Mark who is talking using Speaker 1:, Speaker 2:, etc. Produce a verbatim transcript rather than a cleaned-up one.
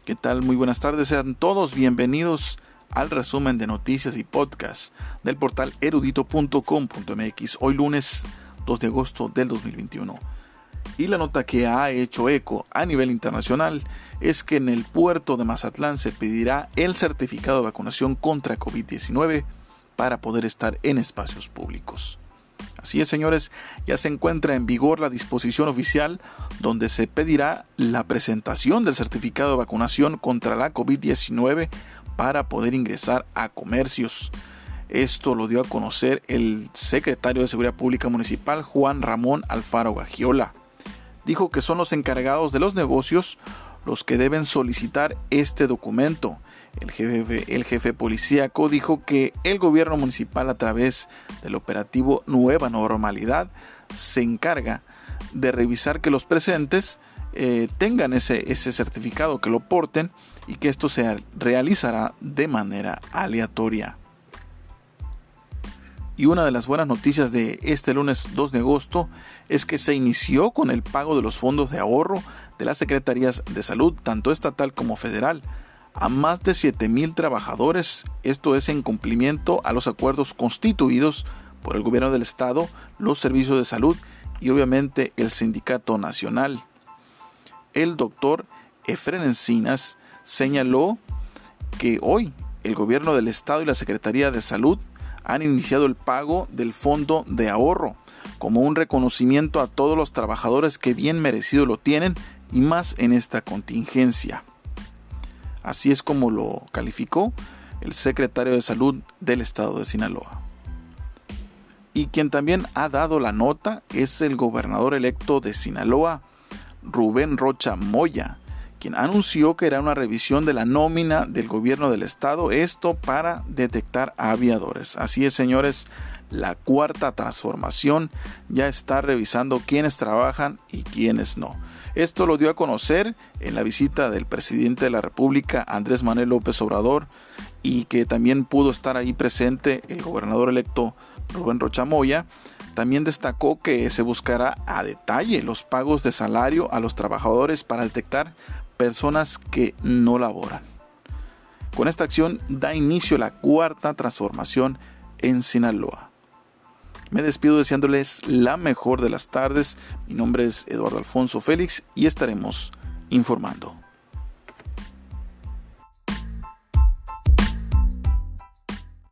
Speaker 1: ¿Qué tal? Muy buenas tardes, sean todos bienvenidos al resumen de noticias y podcast del portal erudito punto com punto m x, hoy lunes dos de agosto del dos mil veintiuno. Y la nota que ha hecho eco a nivel internacional es que en el puerto de Mazatlán se pedirá el certificado de vacunación contra covid diecinueve para poder estar en espacios públicos. Así es, señores, ya se encuentra en vigor la disposición oficial donde se pedirá la presentación del certificado de vacunación contra la covid diecinueve para poder ingresar a comercios. Esto lo dio a conocer el secretario de Seguridad Pública Municipal, Juan Ramón Alfaro Gagiola. Dijo que son los encargados de los negocios los que deben solicitar este documento. El jefe, el jefe policíaco dijo que el gobierno municipal, a través del operativo Nueva Normalidad, se encarga de revisar que los presentes eh, tengan ese, ese certificado, que lo porten, y que esto se realizará de manera aleatoria. Y una de las buenas noticias de este lunes dos de agosto es que se inició con el pago de los fondos de ahorro de las Secretarías de Salud, tanto estatal como federal, a más de siete mil trabajadores. Esto es en cumplimiento a los acuerdos constituidos por el gobierno del estado, los servicios de salud y obviamente el sindicato nacional. El doctor Efren Encinas señaló que hoy el gobierno del estado y la Secretaría de Salud han iniciado el pago del fondo de ahorro como un reconocimiento a todos los trabajadores que bien merecido lo tienen, y más en esta contingencia. Así es como lo calificó el secretario de Salud del estado de Sinaloa. Y quien también ha dado la nota es el gobernador electo de Sinaloa, Rubén Rocha Moya, quien anunció que era una revisión de la nómina del gobierno del estado, esto para detectar aviadores. Así es, señores, la cuarta transformación ya está revisando quiénes trabajan y quiénes no. Esto lo dio a conocer en la visita del presidente de la República, Andrés Manuel López Obrador, y que también pudo estar ahí presente el gobernador electo Rubén Rocha Moya. También destacó que se buscará a detalle los pagos de salario a los trabajadores para detectar personas que no laboran. Con esta acción da inicio la cuarta transformación en Sinaloa. Me despido deseándoles la mejor de las tardes. Mi nombre es Eduardo Alfonso Félix y estaremos informando.